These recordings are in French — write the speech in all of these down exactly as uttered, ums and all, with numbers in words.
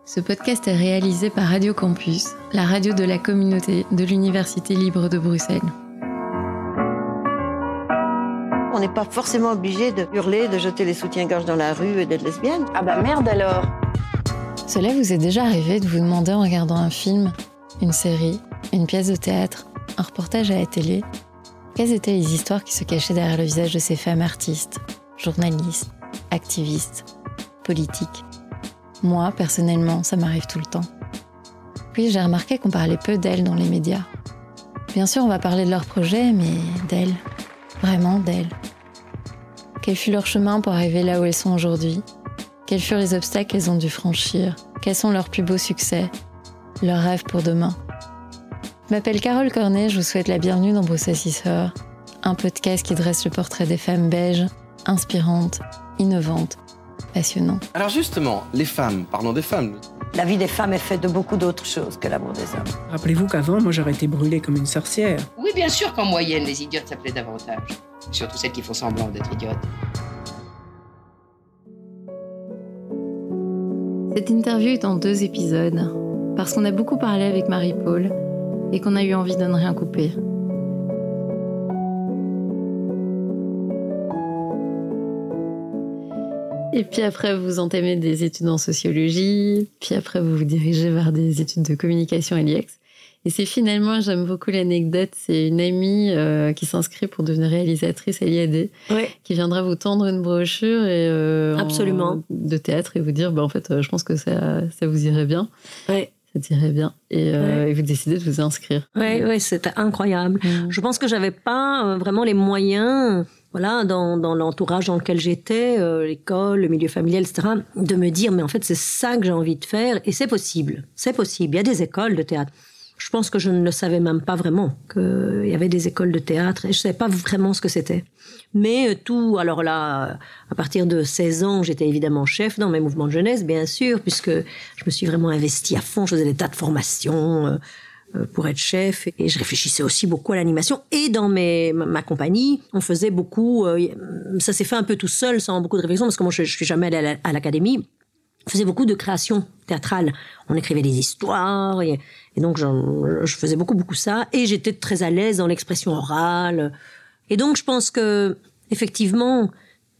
Ce podcast est réalisé par Radio Campus, la radio de la communauté de l'Université libre de Bruxelles. On n'est pas forcément obligé de hurler, de jeter les soutiens-gorge dans la rue et d'être lesbienne. Ah bah merde alors. Cela vous est déjà arrivé de vous demander en regardant un film, une série, une pièce de théâtre, un reportage à la télé, quelles étaient les histoires qui se cachaient derrière le visage de ces femmes artistes, journalistes, activistes, politiques. Moi, personnellement, ça m'arrive tout le temps. Puis j'ai remarqué qu'on parlait peu d'elles dans les médias. Bien sûr, on va parler de leurs projets, mais d'elles. Vraiment d'elles. Quel fut leur chemin pour arriver là où elles sont aujourd'hui ? Quels furent les obstacles qu'elles ont dû franchir ? Quels sont leurs plus beaux succès ? Leurs rêves pour demain ? Je m'appelle Carole Cornet, je vous souhaite la bienvenue dans Bruxelles Is Her, un podcast qui dresse le portrait des femmes belges, inspirantes, innovantes, passionnantes. Alors justement, les femmes, parlons des femmes. La vie des femmes est faite de beaucoup d'autres choses que l'amour des hommes. Rappelez-vous qu'avant, moi, j'aurais été brûlée comme une sorcière. Oui, bien sûr qu'en moyenne, les idiotes s'appelaient davantage. Surtout celles qui font semblant d'être idiotes. Cette interview est en deux épisodes, parce qu'on a beaucoup parlé avec Marie-Paul et qu'on a eu envie de ne rien couper. Et puis après, vous entamez des études en sociologie, puis après, vous vous dirigez vers des études de communication à l'I E X. Et c'est finalement, j'aime beaucoup l'anecdote, c'est une amie euh, qui s'inscrit pour devenir réalisatrice à l'I A D, ouais. qui viendra vous tendre une brochure et, euh, Absolument. En, de théâtre et vous dire, bah, en fait, euh, je pense que ça, ça vous irait bien. Ouais. Ça t'irait bien. Et, euh, ouais. et vous décidez de vous inscrire. Oui, ouais, c'était incroyable. Mmh. Je pense que j'avais pas euh, vraiment les moyens... Voilà, dans, dans l'entourage dans lequel j'étais, euh, l'école, le milieu familial, et cetera, de me dire, mais en fait, c'est ça que j'ai envie de faire, et c'est possible, c'est possible. Il y a des écoles de théâtre. Je pense que je ne le savais même pas vraiment, qu'il y avait des écoles de théâtre, et je ne savais pas vraiment ce que c'était. Mais tout, alors là, à partir de seize ans, j'étais évidemment chef dans mes mouvements de jeunesse, bien sûr, puisque je me suis vraiment investie à fond, je faisais des tas de formations, euh, pour être chef, et je réfléchissais aussi beaucoup à l'animation. Et dans mes, ma, ma compagnie, on faisait beaucoup, euh, ça s'est fait un peu tout seul, sans beaucoup de réflexion, parce que moi je, je suis jamais allée à, la, à l'académie. On faisait beaucoup de création théâtrale. On écrivait des histoires, et, et donc je, je faisais beaucoup, beaucoup ça, et j'étais très à l'aise dans l'expression orale. Et donc je pense que, effectivement,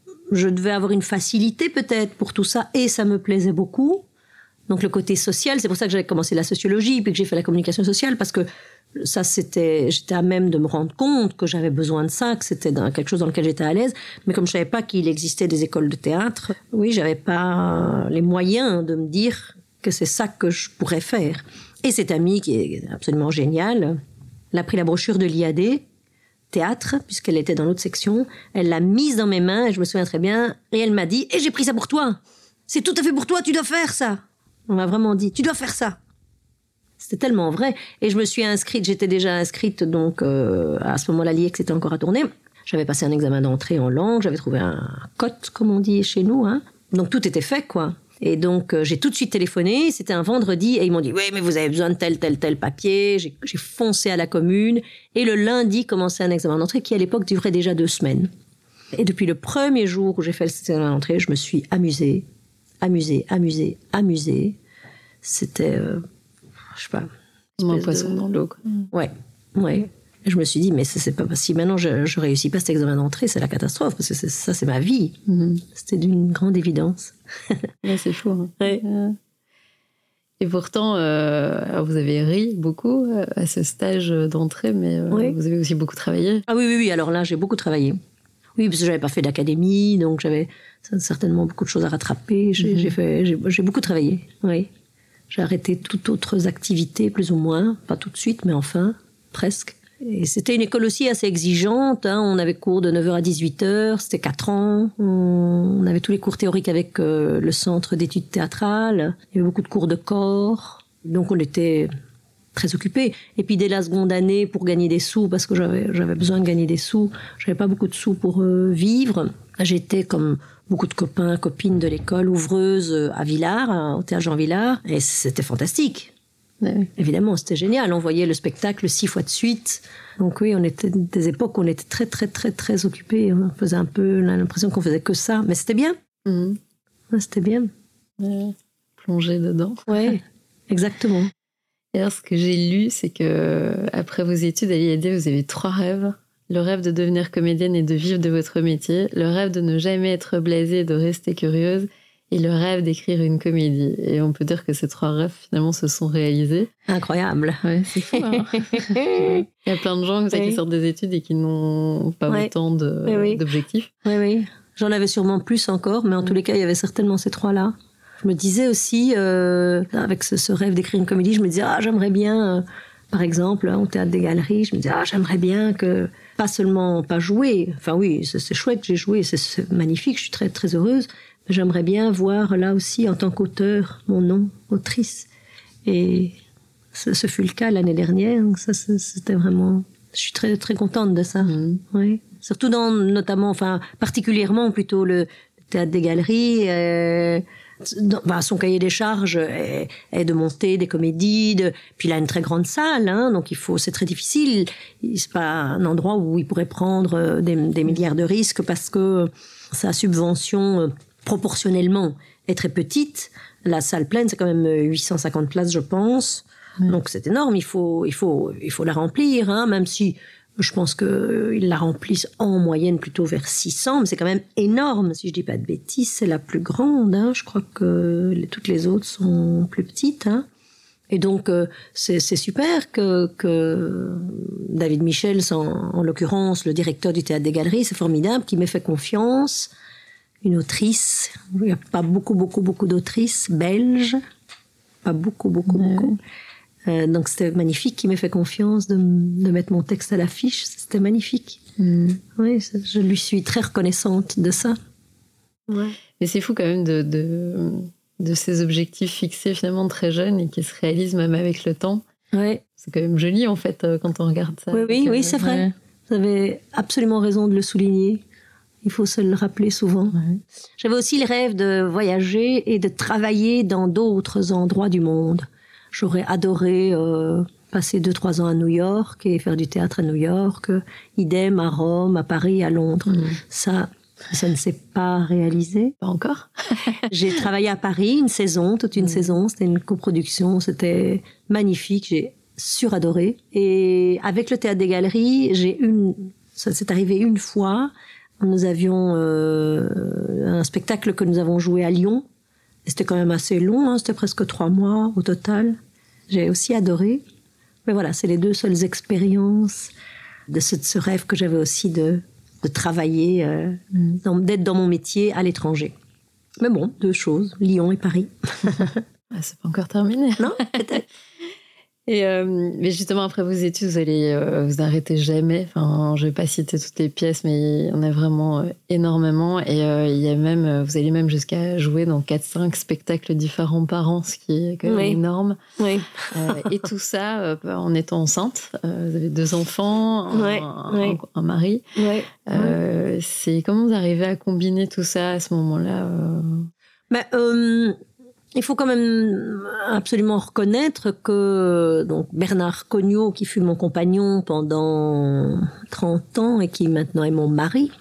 je devais avoir une facilité peut-être pour tout ça, et ça me plaisait beaucoup. Donc le côté social, c'est pour ça que j'avais commencé la sociologie, puis que j'ai fait la communication sociale, parce que ça, c'était, j'étais à même de me rendre compte que j'avais besoin de ça, que c'était dans, quelque chose dans lequel j'étais à l'aise. Mais comme je savais pas qu'il existait des écoles de théâtre, oui, j'avais pas les moyens de me dire que c'est ça que je pourrais faire. Et cette amie, qui est absolument géniale, elle a pris la brochure de l'I A D, théâtre, puisqu'elle était dans l'autre section, elle l'a mise dans mes mains, et je me souviens très bien, et elle m'a dit « Et j'ai pris ça pour toi. C'est tout à fait pour toi, tu dois faire ça. » On m'a vraiment dit, tu dois faire ça. C'était tellement vrai. Et je me suis inscrite, j'étais déjà inscrite, donc euh, à ce moment-là, l'I E X était encore à tourner. J'avais passé un examen d'entrée en langue, j'avais trouvé un cote, comme on dit chez nous. Hein. Donc tout était fait, quoi. Et donc euh, j'ai tout de suite téléphoné, c'était un vendredi, et ils m'ont dit, oui, mais vous avez besoin de tel, tel, tel papier. J'ai, j'ai foncé à la commune, et le lundi commençait un examen d'entrée qui, à l'époque, durait déjà deux semaines. Et depuis le premier jour où j'ai fait cet examen d'entrée, je me suis amusée. Amusé, amusé, amusé. C'était, euh, je sais pas. Comme un poisson de... dans l'eau, quoi. Ouais, ouais. Et je me suis dit, mais c'est, c'est pas si maintenant je, je réussis pas cet examen d'entrée, c'est la catastrophe, parce que c'est, ça, c'est ma vie. Mm-hmm. C'était d'une grande évidence. Là, c'est fou. Hein. Ouais. Euh... Et pourtant, euh, vous avez ri beaucoup à ce stage d'entrée, mais euh, ouais. vous avez aussi beaucoup travaillé. Ah oui, oui, oui. Alors là, j'ai beaucoup travaillé. Oui, parce que j'avais pas fait d'académie, donc j'avais certainement beaucoup de choses à rattraper. J'ai, mmh. j'ai, fait, j'ai, j'ai beaucoup travaillé, oui. J'ai arrêté toutes autres activités, plus ou moins. Pas tout de suite, mais enfin, presque. Et c'était une école aussi assez exigeante. Hein. On avait cours de neuf heures à dix-huit heures, c'était quatre ans. On avait tous les cours théoriques avec euh, le centre d'études théâtrales. Il y avait beaucoup de cours de corps. Donc on était très occupée. Et puis dès la seconde année, pour gagner des sous, parce que j'avais, j'avais besoin de gagner des sous, j'avais pas beaucoup de sous pour euh, vivre. J'étais, comme beaucoup de copains, copines de l'école, ouvreuse à Villars, au théâtre Jean Villars, et c'était fantastique. Ouais. Évidemment, c'était génial. On voyait le spectacle six fois de suite. Donc oui, on était des époques où on était très, très, très, très occupés. On faisait un peu l'impression qu'on faisait que ça, mais c'était bien. Mmh. Ouais, c'était bien. Ouais. plonger dedans. Oui, exactement. Et alors, ce que j'ai lu, c'est que après vos études à l'I A D, vous avez trois rêves. Le rêve de devenir comédienne et de vivre de votre métier. Le rêve de ne jamais être blasée et de rester curieuse. Et le rêve d'écrire une comédie. Et on peut dire que ces trois rêves, finalement, se sont réalisés. Incroyable. Ouais, c'est fou. Hein. Il y a plein de gens comme ça, oui. qui sortent des études et qui n'ont pas ouais. autant de, oui, oui. d'objectifs. Oui, oui. J'en avais sûrement plus encore, mais en oui. tous les cas, il y avait certainement ces trois-là. Je me disais aussi, euh, avec ce, ce rêve d'écrire une comédie, je me disais, ah, j'aimerais bien, euh, par exemple, hein, au Théâtre des Galeries, je me disais, ah, j'aimerais bien que, pas seulement, pas jouer, enfin oui, c'est, c'est chouette, j'ai joué, c'est, c'est magnifique, je suis très, très heureuse, mais j'aimerais bien voir là aussi, en tant qu'auteur, mon nom, autrice. Et ce, ce fut le cas l'année dernière, donc ça, c'était vraiment, je suis très, très contente de ça, mmh. oui. Surtout dans, notamment, enfin, particulièrement plutôt le Théâtre des Galeries, euh, Dans, bah, son cahier des charges est, est de monter des comédies, de, puis il a une très grande salle, hein, donc il faut, c'est très difficile. C'est pas un endroit où il pourrait prendre des, des milliards de risques parce que sa subvention proportionnellement est très petite. La salle pleine, c'est quand même huit cent cinquante places, je pense. Mmh. Donc c'est énorme. Il faut, il faut, il faut la remplir, hein, même si. Je pense qu'ils la remplissent en moyenne plutôt vers six cents, mais c'est quand même énorme. Si je dis pas de bêtises, c'est la plus grande. Hein. Je crois que les, toutes les autres sont plus petites. Hein. Et donc, euh, c'est, c'est super que, que David Michels, en, en l'occurrence, le directeur du Théâtre des Galeries, c'est formidable, qui m'ait fait confiance. Une autrice, il n'y a pas beaucoup, beaucoup, beaucoup d'autrices belges. Pas beaucoup, beaucoup, ouais. beaucoup. Euh, donc c'était magnifique qu'il m'ait fait confiance de, de mettre mon texte à l'affiche. C'était magnifique. Mmh. Oui, je lui suis très reconnaissante de ça. Ouais. Mais c'est fou quand même de, de, de ces objectifs fixés finalement très jeunes et qui se réalisent même avec le temps. Ouais. C'est quand même joli en fait quand on regarde ça. Oui, oui, euh, oui, c'est vrai. Ouais. Vous avez absolument raison de le souligner. Il faut se le rappeler souvent. Ouais. J'avais aussi le rêve de voyager et de travailler dans d'autres endroits du monde. J'aurais adoré euh, passer deux, trois ans à New York et faire du théâtre à New York. Idem à Rome, à Paris, à Londres. Mmh. Ça, ça ne s'est pas réalisé. Pas encore. J'ai travaillé à Paris une saison, toute une mmh. saison. C'était une coproduction. C'était magnifique. J'ai suradoré. Et avec le Théâtre des Galeries, j'ai une... ça s'est arrivé une fois. Nous avions euh, un spectacle que nous avons joué à Lyon. C'était quand même assez long, hein, c'était presque trois mois au total. J'ai aussi adoré. Mais voilà, c'est les deux seules expériences de ce, de ce rêve que j'avais aussi de, de travailler, euh, mmh. dans, d'être dans mon métier à l'étranger. Mais bon, deux choses, Lyon et Paris. Ah, c'est pas encore terminé. Non, peut-être. Et euh, mais justement, après vos études, vous allez euh, vous arrêtez jamais. Enfin, je vais pas citer toutes les pièces, mais il y en a vraiment euh, énormément. Et euh, il y a même, euh, vous allez même jusqu'à jouer dans quatre cinq spectacles différents par an, ce qui est quand même oui. énorme. Oui. Euh, et tout ça euh, en étant enceinte. Euh, vous avez deux enfants, un, oui. un, oui. un, un mari. Oui. Euh, oui. C'est comment vous arrivez à combiner tout ça à ce moment-là euh... Ben, euh... Il faut quand même absolument reconnaître que donc Bernard Cognot, qui fut mon compagnon pendant trente ans et qui maintenant est mon mari,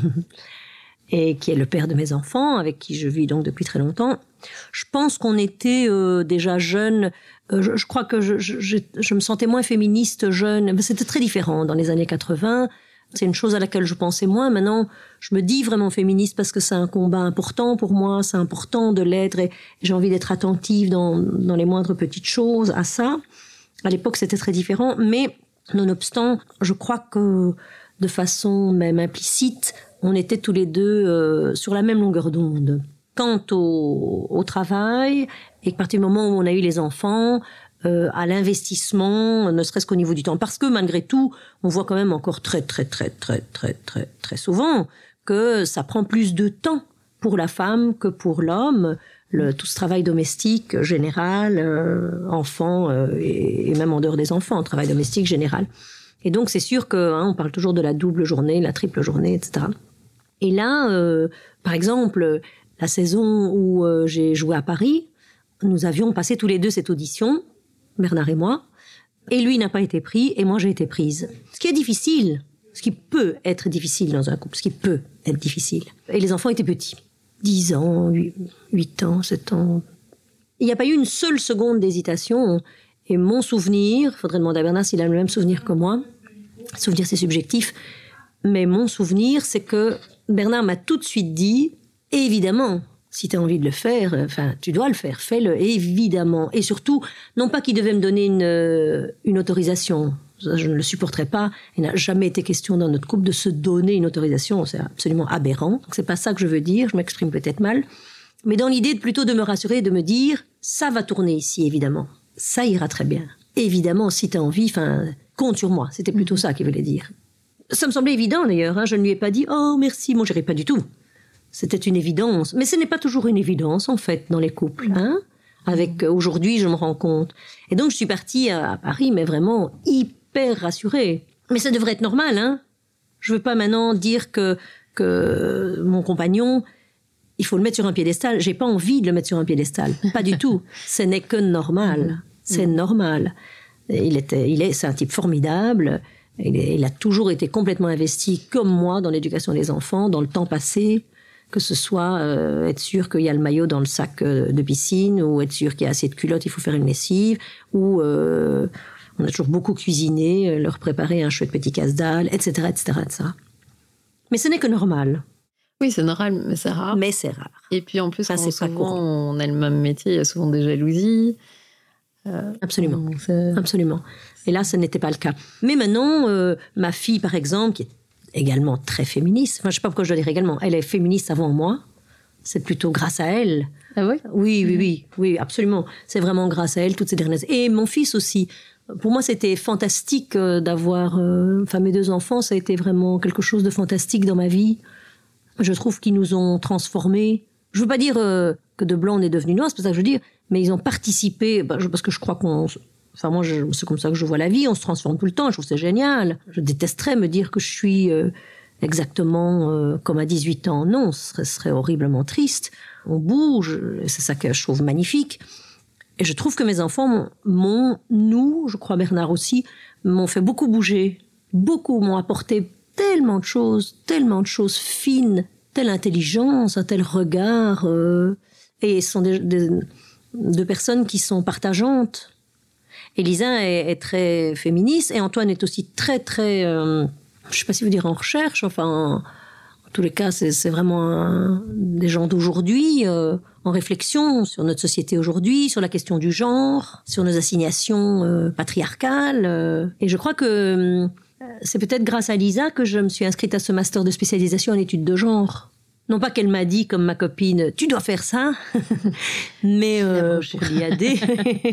et qui est le père de mes enfants, avec qui je vis donc depuis très longtemps, je pense qu'on était euh, déjà jeunes. Euh, je, je crois que je, je, je, je me sentais moins féministe jeune. C'était très différent dans les années quatre-vingts. C'est une chose à laquelle je pensais moins. Maintenant, je me dis vraiment féministe parce que c'est un combat important pour moi. C'est important de l'être et j'ai envie d'être attentive dans, dans les moindres petites choses à ça. À l'époque, c'était très différent. Mais, nonobstant, je crois que de façon même implicite, on était tous les deux euh, sur la même longueur d'onde. Quant au, au travail, et à partir du moment où on a eu les enfants, Euh, à l'investissement, ne serait-ce qu'au niveau du temps. Parce que malgré tout, on voit quand même encore très, très, très, très, très, très, très souvent que ça prend plus de temps pour la femme que pour l'homme. Le, tout ce travail domestique général, euh, enfants euh, et, et même en dehors des enfants, travail domestique général. Et donc c'est sûr que hein, on parle toujours de la double journée, la triple journée, et cetera. Et là, euh, par exemple, la saison où euh, j'ai joué à Paris, nous avions passé tous les deux cette audition, Bernard et moi, et lui n'a pas été pris, et moi j'ai été prise. Ce qui est difficile, ce qui peut être difficile dans un couple, ce qui peut être difficile. Et les enfants étaient petits, dix ans, huit ans, sept ans. Il n'y a pas eu une seule seconde d'hésitation. Et mon souvenir, il faudrait demander à Bernard s'il a le même souvenir que moi. Souvenir, c'est subjectif. Mais mon souvenir, c'est que Bernard m'a tout de suite dit, évidemment, si tu as envie de le faire, enfin, tu dois le faire, fais-le, évidemment. Et surtout, non pas qu'il devait me donner une, une autorisation, ça, je ne le supporterai pas. Il n'a jamais été question dans notre couple de se donner une autorisation, c'est absolument aberrant. Donc, c'est pas ça que je veux dire, je m'exprime peut-être mal. Mais dans l'idée de plutôt de me rassurer et de me dire, ça va tourner ici, évidemment. Ça ira très bien. Évidemment, si tu as envie, enfin, compte sur moi. C'était plutôt ça qu'il voulait dire. Ça me semblait évident d'ailleurs, hein. Je ne lui ai pas dit « Oh, merci, mon chéri », pas du tout. C'était une évidence. Mais ce n'est pas toujours une évidence, en fait, dans les couples. Hein. Avec, euh, aujourd'hui, je me rends compte. Et donc, je suis partie à, à Paris, mais vraiment hyper rassurée. Mais ça devrait être normal, hein. Je ne veux pas maintenant dire que, que mon compagnon, il faut le mettre sur un piédestal. J'ai pas envie de le mettre sur un piédestal. Pas du tout. Ce n'est que normal. C'est normal. Il était, il est, c'est un type formidable. Il, est, il a toujours été complètement investi, comme moi, dans l'éducation des enfants, dans le temps passé, que ce soit euh, être sûr qu'il y a le maillot dans le sac euh, de piscine, ou être sûr qu'il y a assez de culottes, il faut faire une lessive, ou euh, on a toujours beaucoup cuisiné, leur préparer un chouette petit casse-dalle, et cetera, et cetera, et cetera. Mais ce n'est que normal. Oui, c'est normal, mais c'est rare. Mais c'est rare. Et puis en plus, Enfin, quand c'est pas souvent courant. on a le même métier, il y a souvent des jalousies. Euh, Absolument. donc c'est- Absolument. Et là, ce n'était pas le cas. Mais maintenant, euh, ma fille, par exemple, qui est également très féministe, enfin, je ne sais pas pourquoi je dois dire également, elle est féministe avant moi, c'est plutôt grâce à elle. Ah oui Oui, oui, oui, oui, absolument. C'est vraiment grâce à elle, toutes ces dernières... Et mon fils aussi. Pour moi, c'était fantastique euh, d'avoir... euh, Enfin, mes deux enfants, ça a été vraiment quelque chose de fantastique dans ma vie. Je trouve qu'ils nous ont transformés. Je ne veux pas dire euh, que de blanc on est devenu noir, c'est pas ça que je veux dire, mais ils ont participé, bah, je- parce que je crois qu'on... Enfin, moi, je- c'est comme ça que je vois la vie, on se transforme tout le temps, je trouve que c'est génial. Je détesterais me dire que je suis euh, exactement euh, comme à dix-huit ans. Non, ce serait, ce serait horriblement triste. On bouge, et c'est ça que je trouve magnifique. Et je trouve que mes enfants m'ont, nous, je crois Bernard aussi, m'ont fait beaucoup bouger. Beaucoup m'ont apporté tellement de choses, tellement de choses fines, telle intelligence, un tel regard. euh, et ce sont des, des, des personnes qui sont partageantes. Elisa est, est très féministe et Antoine est aussi très, très... Euh, je ne sais pas si vous dire en recherche, enfin... En tous les cas, c'est, c'est vraiment un- des gens d'aujourd'hui, euh, en réflexion sur notre société aujourd'hui, sur la question du genre, sur nos assignations euh, patriarcales. euh. Et je crois que euh, c'est peut-être grâce à Lisa que je me suis inscrite à ce master de spécialisation en études de genre. Non pas qu'elle m'a dit, comme ma copine, tu dois faire ça, mais euh, pour l'I A D.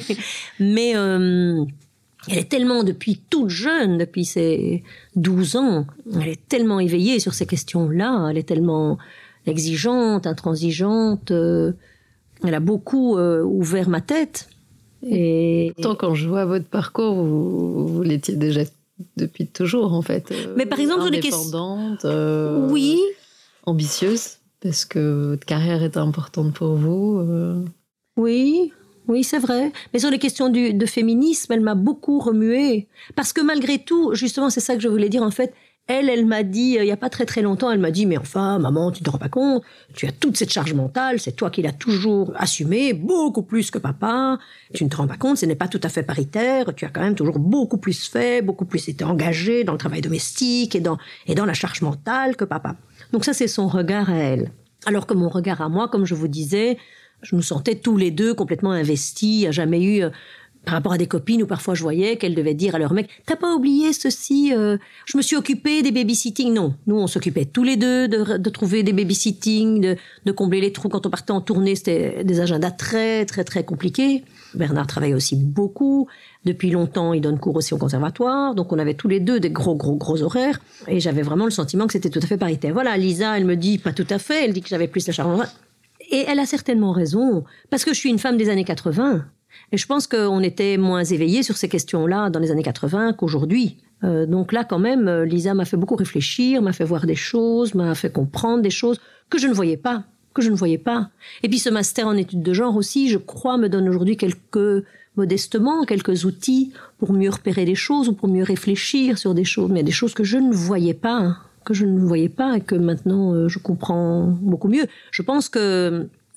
mais euh, elle est tellement, depuis toute jeune, depuis ses douze ans, elle est tellement éveillée sur ces questions-là, elle est tellement exigeante, intransigeante, euh, elle a beaucoup euh, ouvert ma tête. Et, Pourtant, quand je vois votre parcours, vous, vous l'étiez déjà depuis toujours, en fait. euh, Mais par exemple, sur les questions- indépendante, euh, oui, ambitieuse, parce que votre carrière est importante pour vous. euh. oui, oui, c'est vrai. Mais sur les questions du, de féminisme, elle m'a beaucoup remuée. Parce que malgré tout, justement, c'est ça que je voulais dire, en fait, elle, elle m'a dit, euh, il n'y a pas très très longtemps, elle m'a dit, mais enfin, maman, tu ne te rends pas compte, tu as toute cette charge mentale, c'est toi qui l'as toujours assumée, beaucoup plus que papa, tu ne te rends pas compte, ce n'est pas tout à fait paritaire, tu as quand même toujours beaucoup plus fait, beaucoup plus été engagé dans le travail domestique et dans, et dans la charge mentale que papa. Donc ça, c'est son regard à elle. Alors que mon regard à moi, comme je vous disais, je nous sentais tous les deux complètement investis, il n'y a jamais eu... euh, par rapport à des copines où parfois je voyais qu'elles devaient dire à leur mec « T'as pas oublié ceci euh, Je me suis occupée des babysitting. » Non, nous on s'occupait tous les deux de, de trouver des babysitting, de, de combler les trous. Quand on partait en tournée, c'était des agendas très très très compliqués. Bernard travaillait aussi beaucoup. Depuis longtemps, il donne cours aussi au conservatoire. Donc on avait tous les deux des gros gros gros horaires. Et j'avais vraiment le sentiment que c'était tout à fait paritaire. Voilà, Lisa, elle me dit pas tout à fait. Elle dit que j'avais plus la charge mentale. Et elle a certainement raison. Parce que je suis une femme des années quatre-vingts. Et je pense qu'on était moins éveillés sur ces questions-là dans les années quatre-vingts qu'aujourd'hui. Euh, donc là, quand même, Lisa m'a fait beaucoup réfléchir, m'a fait voir des choses, m'a fait comprendre des choses que je ne voyais pas, que je ne voyais pas. Et puis ce master en études de genre aussi, je crois, me donne aujourd'hui quelques, modestement, quelques outils pour mieux repérer des choses ou pour mieux réfléchir sur des choses. Mais il y a des choses que je ne voyais pas, hein, que je ne voyais pas et que maintenant euh, je comprends beaucoup mieux. Je pense que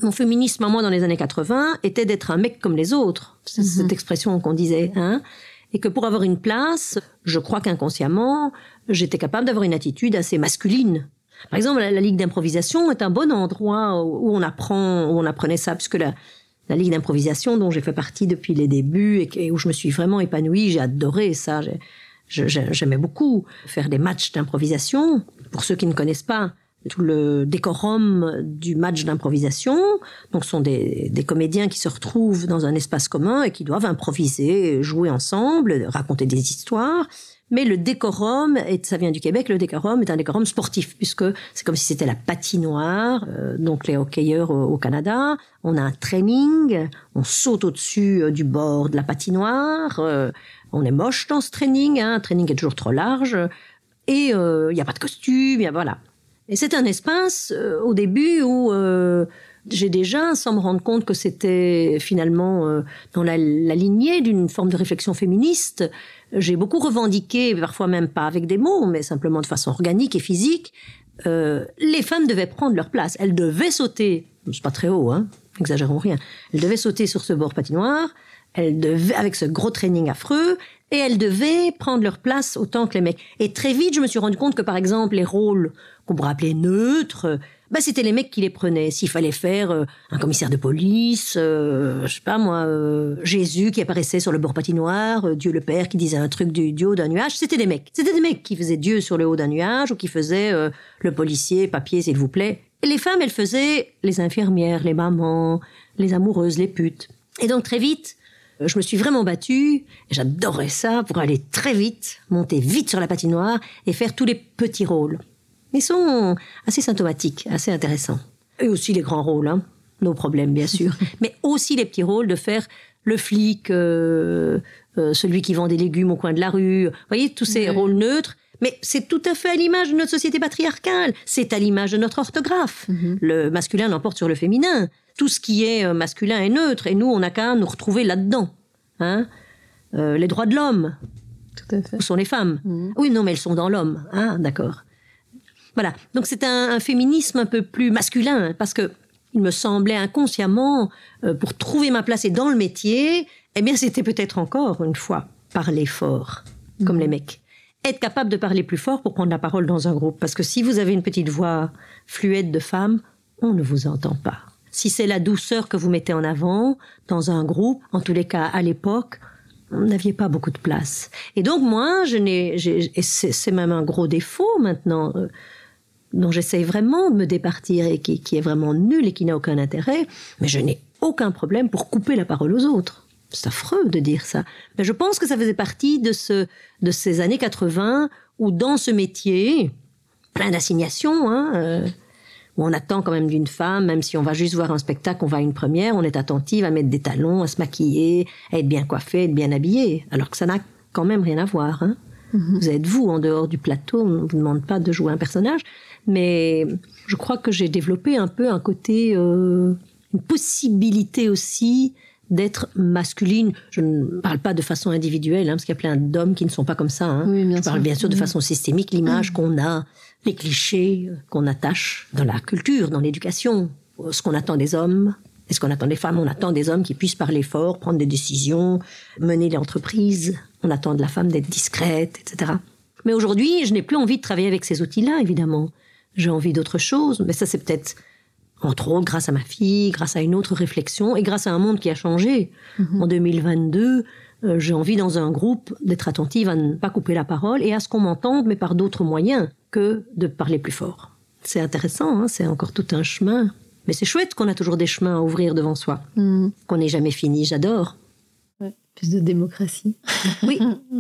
mon féminisme à moi dans les années quatre-vingts était d'être un mec comme les autres. C'est mm-hmm. cette expression qu'on disait. Hein, et que pour avoir une place, je crois qu'inconsciemment, j'étais capable d'avoir une attitude assez masculine. Par exemple, la, la Ligue d'improvisation est un bon endroit où on apprend, où on apprenait ça, puisque la, la Ligue d'improvisation dont j'ai fait partie depuis les débuts et, et où je me suis vraiment épanouie, j'ai adoré ça. J'ai, je, j'aimais beaucoup faire des matchs d'improvisation. Pour ceux qui ne connaissent pas, tout le décorum du match d'improvisation. Donc, ce sont des, des comédiens qui se retrouvent dans un espace commun et qui doivent improviser, jouer ensemble, raconter des histoires. Mais le décorum, et ça vient du Québec, le décorum est un décorum sportif, puisque c'est comme si c'était la patinoire, euh, donc les hockeyeurs au, au Canada. On a un training, on saute au-dessus euh, du bord de la patinoire, euh, on est moche dans ce training, hein, un training qui est toujours trop large, et il euh, n'y a pas de costume, y a, voilà. Et c'est un espace, euh, au début, où euh, j'ai déjà, sans me rendre compte que c'était finalement euh, dans la, la lignée d'une forme de réflexion féministe, j'ai beaucoup revendiqué, parfois même pas avec des mots, mais simplement de façon organique et physique, euh, les femmes devaient prendre leur place. Elles devaient sauter, c'est pas très haut, hein, n'exagérons rien, elles devaient sauter sur ce bord patinoire, elles devaient, avec ce gros training affreux, et elles devaient prendre leur place autant que les mecs. Et très vite, je me suis rendu compte que, par exemple, les rôles qu'on pourrait appeler neutres, bah, c'était les mecs qui les prenaient. S'il fallait faire euh, un commissaire de police, euh, je sais pas moi, euh, Jésus qui apparaissait sur le bord patinoire, euh, Dieu le Père qui disait un truc du, du haut d'un nuage, c'était des mecs. C'était des mecs qui faisaient Dieu sur le haut d'un nuage ou qui faisaient euh, le policier, papier s'il vous plaît. Et les femmes, elles faisaient les infirmières, les mamans, les amoureuses, les putes. Et donc très vite, je me suis vraiment battue, et j'adorais ça, pour aller très vite, monter vite sur la patinoire et faire tous les petits rôles. Ils sont assez symptomatiques, assez intéressants. Et aussi les grands rôles, hein, nos problèmes bien sûr. Mais aussi les petits rôles de faire le flic, euh, euh, celui qui vend des légumes au coin de la rue. Vous voyez, tous ces oui. rôles neutres. Mais c'est tout à fait à l'image de notre société patriarcale. C'est à l'image de notre orthographe. Mm-hmm. Le masculin l'emporte sur le féminin. Tout ce qui est masculin est neutre. Et nous, on n'a qu'à nous retrouver là-dedans. Hein, euh, les droits de l'homme. Tout à fait. Où sont les femmes? Mmh. Oui, non, mais elles sont dans l'homme. Ah, d'accord. Voilà. Donc c'est un, un féminisme un peu plus masculin, parce que il me semblait inconsciemment, euh, pour trouver ma place et dans le métier, eh bien, c'était peut-être encore une fois parler fort, mmh. comme les mecs. Être capable de parler plus fort pour prendre la parole dans un groupe. Parce que si vous avez une petite voix fluette de femme, on ne vous entend pas. Si c'est la douceur que vous mettez en avant dans un groupe, en tous les cas à l'époque, vous n'aviez pas beaucoup de place. Et donc moi, je n'ai, j'ai, et c'est, c'est même un gros défaut maintenant, euh, dont j'essaye vraiment de me départir et qui, qui est vraiment nul et qui n'a aucun intérêt, mais je n'ai aucun problème pour couper la parole aux autres. C'est affreux de dire ça. Mais je pense que ça faisait partie de, ce, de ces années quatre-vingts où dans ce métier, plein d'assignations, hein, euh, où on attend quand même d'une femme, même si on va juste voir un spectacle, on va à une première, on est attentive à mettre des talons, à se maquiller, à être bien coiffée, à être bien habillée, alors que ça n'a quand même rien à voir. Hein. Mm-hmm. Vous êtes vous, en dehors du plateau, on ne vous demande pas de jouer un personnage, mais je crois que j'ai développé un peu un côté, euh, une possibilité aussi d'être masculine. Je ne parle pas de façon individuelle, hein, parce qu'il y a plein d'hommes qui ne sont pas comme ça. Hein. Oui, bien je sûr. parle bien sûr de façon systémique, l'image mmh. qu'on a, les clichés qu'on attache dans la culture, dans l'éducation, ce qu'on attend des hommes, et ce qu'on attend des femmes. On attend des hommes qui puissent parler fort, prendre des décisions, mener l'entreprise. On attend de la femme d'être discrète, et cetera. Mais aujourd'hui, je n'ai plus envie de travailler avec ces outils-là, évidemment. J'ai envie d'autre chose, mais ça c'est peut-être... entre autres, grâce à ma fille, grâce à une autre réflexion, et grâce à un monde qui a changé. Mmh. En deux mille vingt-deux, euh, j'ai envie, dans un groupe, d'être attentive à ne pas couper la parole et à ce qu'on m'entende, mais par d'autres moyens que de parler plus fort. C'est intéressant, hein, c'est encore tout un chemin. Mais c'est chouette qu'on a toujours des chemins à ouvrir devant soi, mmh. qu'on n'ait jamais fini, j'adore. Ouais, plus de démocratie. Oui.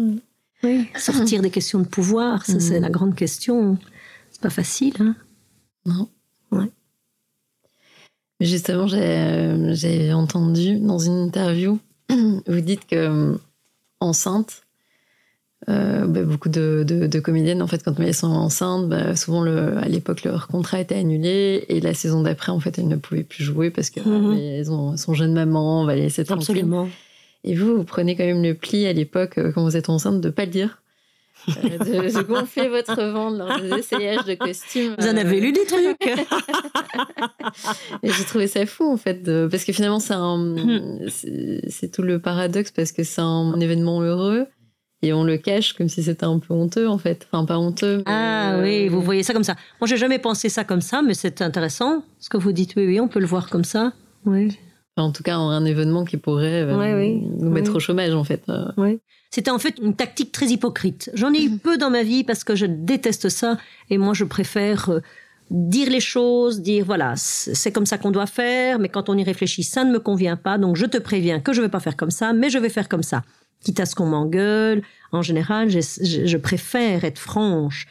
oui. Sortir des questions de pouvoir, ça mmh. c'est la grande question. C'est pas facile, hein. Non. Ouais. Justement, j'ai, euh, j'ai entendu dans une interview, vous dites que euh, enceinte, euh, bah, beaucoup de, de, de comédiennes, en fait, quand elles sont enceintes, bah, souvent le, à l'époque leur contrat était annulé et la saison d'après, en fait, elles ne pouvaient plus jouer parce qu'elles mmh. ont, sont jeunes mamans, on va les laisser tranquilles. Absolument. Et vous, vous prenez quand même le pli à l'époque, quand vous êtes enceinte, de ne pas le dire. euh, de, de gonfler votre ventre lors des essayages de costumes. Vous en avez lu des trucs. Et j'ai trouvé ça fou, en fait, de... parce que finalement, c'est, un... c'est, c'est tout le paradoxe, parce que c'est un événement heureux, et on le cache comme si c'était un peu honteux, en fait. Enfin, pas honteux, mais... Ah euh... oui, vous voyez ça comme ça. Moi, j'ai jamais pensé ça comme ça, mais c'est intéressant, ce que vous dites. Oui, oui, on peut le voir comme ça. Oui. Enfin, en tout cas, un événement qui pourrait euh, oui, oui. nous mettre oui. au chômage, en fait. Oui. C'était en fait une tactique très hypocrite. J'en ai eu peu dans ma vie parce que je déteste ça. Et moi, je préfère euh, dire les choses, dire voilà, c'est comme ça qu'on doit faire, mais quand on y réfléchit, ça ne me convient pas. Donc, je te préviens que je ne vais pas faire comme ça, mais je vais faire comme ça. Quitte à ce qu'on m'engueule. En général, je, je, je préfère être franche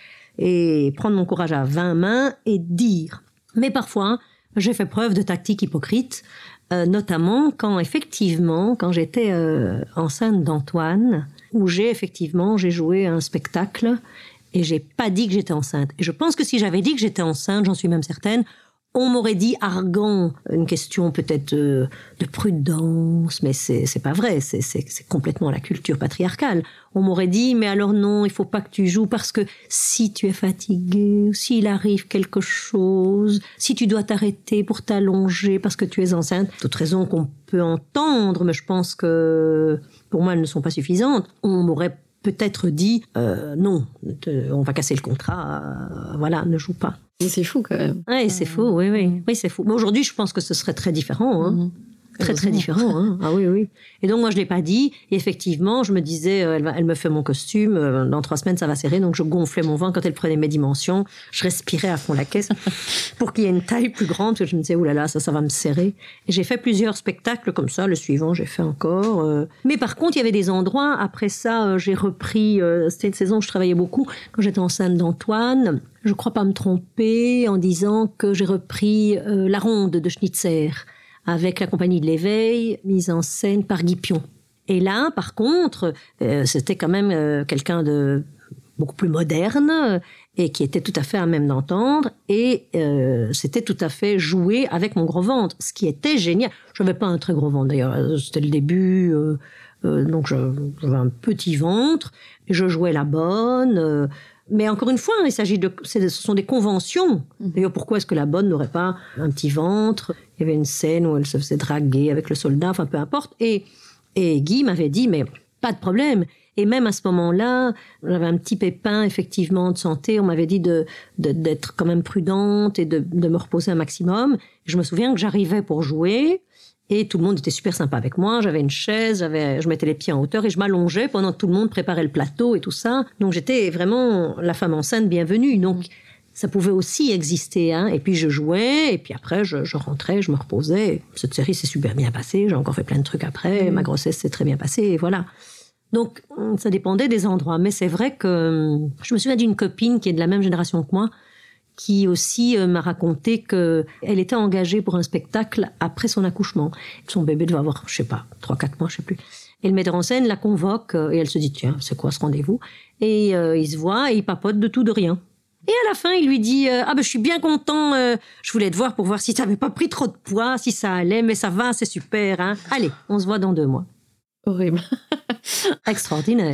et prendre mon courage à vingt mains et dire. Mais parfois, j'ai fait preuve de tactique hypocrite. Euh, notamment quand effectivement, quand j'étais euh, enceinte d'Antoine, où j'ai effectivement, j'ai joué un spectacle et j'ai pas dit que j'étais enceinte. Et je pense que si j'avais dit que j'étais enceinte, j'en suis même certaine, on m'aurait dit argant, une question peut-être euh, de prudence, mais c'est, c'est pas vrai, c'est, c'est, c'est complètement la culture patriarcale. On m'aurait dit, mais alors non, il faut pas que tu joues parce que si tu es fatigué, ou s'il arrive quelque chose, si tu dois t'arrêter pour t'allonger parce que tu es enceinte, toute raison qu'on peut entendre, mais je pense que pour moi elles ne sont pas suffisantes, on m'aurait peut-être dit, euh, non, te, on va casser le contrat, euh, voilà, ne joue pas. Mais c'est fou quand même. Oui, c'est fou, oui, oui. Oui, c'est fou. Mais aujourd'hui, je pense que ce serait très différent. Hein. Mmh. Très, très différent. Hein. Ah oui, oui. Et donc, moi, je ne l'ai pas dit. Et effectivement, je me disais, euh, elle, va, elle me fait mon costume. Euh, dans trois semaines, ça va serrer. Donc, je gonflais mon ventre quand elle prenait mes dimensions. Je respirais à fond la caisse pour qu'il y ait une taille plus grande. Parce que je me disais, oh là là, ça, ça va me serrer. Et j'ai fait plusieurs spectacles comme ça. Le suivant, j'ai fait encore. Euh... Mais par contre, il y avait des endroits. Après ça, euh, j'ai repris. Euh, c'était une saison où je travaillais beaucoup. Quand j'étais enceinte d'Antoine, je ne crois pas me tromper en disant que j'ai repris euh, La Ronde de Schnitzer, avec la compagnie de l'Éveil, mise en scène par Guy Pion. Et là, par contre, euh, c'était quand même euh, quelqu'un de beaucoup plus moderne et qui était tout à fait à même d'entendre. Et euh, c'était tout à fait joué avec mon gros ventre, ce qui était génial. Je n'avais pas un très gros ventre d'ailleurs, c'était le début, euh, euh, donc j'avais un petit ventre, et je jouais la bonne. Euh, Mais encore une fois, il s'agit de, ce sont des conventions. D'ailleurs, pourquoi est-ce que la bonne n'aurait pas un petit ventre ? Il y avait une scène où elle se faisait draguer avec le soldat, enfin peu importe. Et, et Guy m'avait dit, mais pas de problème. Et même à ce moment-là, j'avais un petit pépin, effectivement, de santé. On m'avait dit de, de, d'être quand même prudente et de, de me reposer un maximum. Je me souviens que j'arrivais pour jouer. Et tout le monde était super sympa avec moi. J'avais une chaise, j'avais, je mettais les pieds en hauteur et je m'allongeais pendant que tout le monde préparait le plateau et tout ça. Donc j'étais vraiment la femme enceinte bienvenue. Donc ça pouvait aussi exister. Hein. Et puis je jouais, et puis après je, je rentrais, je me reposais. Cette série s'est super bien passée. J'ai encore fait plein de trucs après. Mmh. Ma grossesse s'est très bien passée, et voilà. Donc ça dépendait des endroits. Mais c'est vrai que je me souviens d'une copine qui est de la même génération que moi, qui aussi euh, m'a raconté qu'elle était engagée pour un spectacle après son accouchement. Son bébé devait avoir, je sais pas, trois quatre mois, je sais plus. Et le metteur en scène la convoque, euh, et elle se dit, tiens, c'est quoi ce rendez-vous ? Et euh, il se voit, et il papote de tout, de rien. Et à la fin, il lui dit, euh, ah ben je suis bien content, euh, je voulais te voir pour voir si tu n'avais pas pris trop de poids, si ça allait, mais ça va, c'est super. Hein. Allez, on se voit dans deux mois. Horrible. Extraordinaire.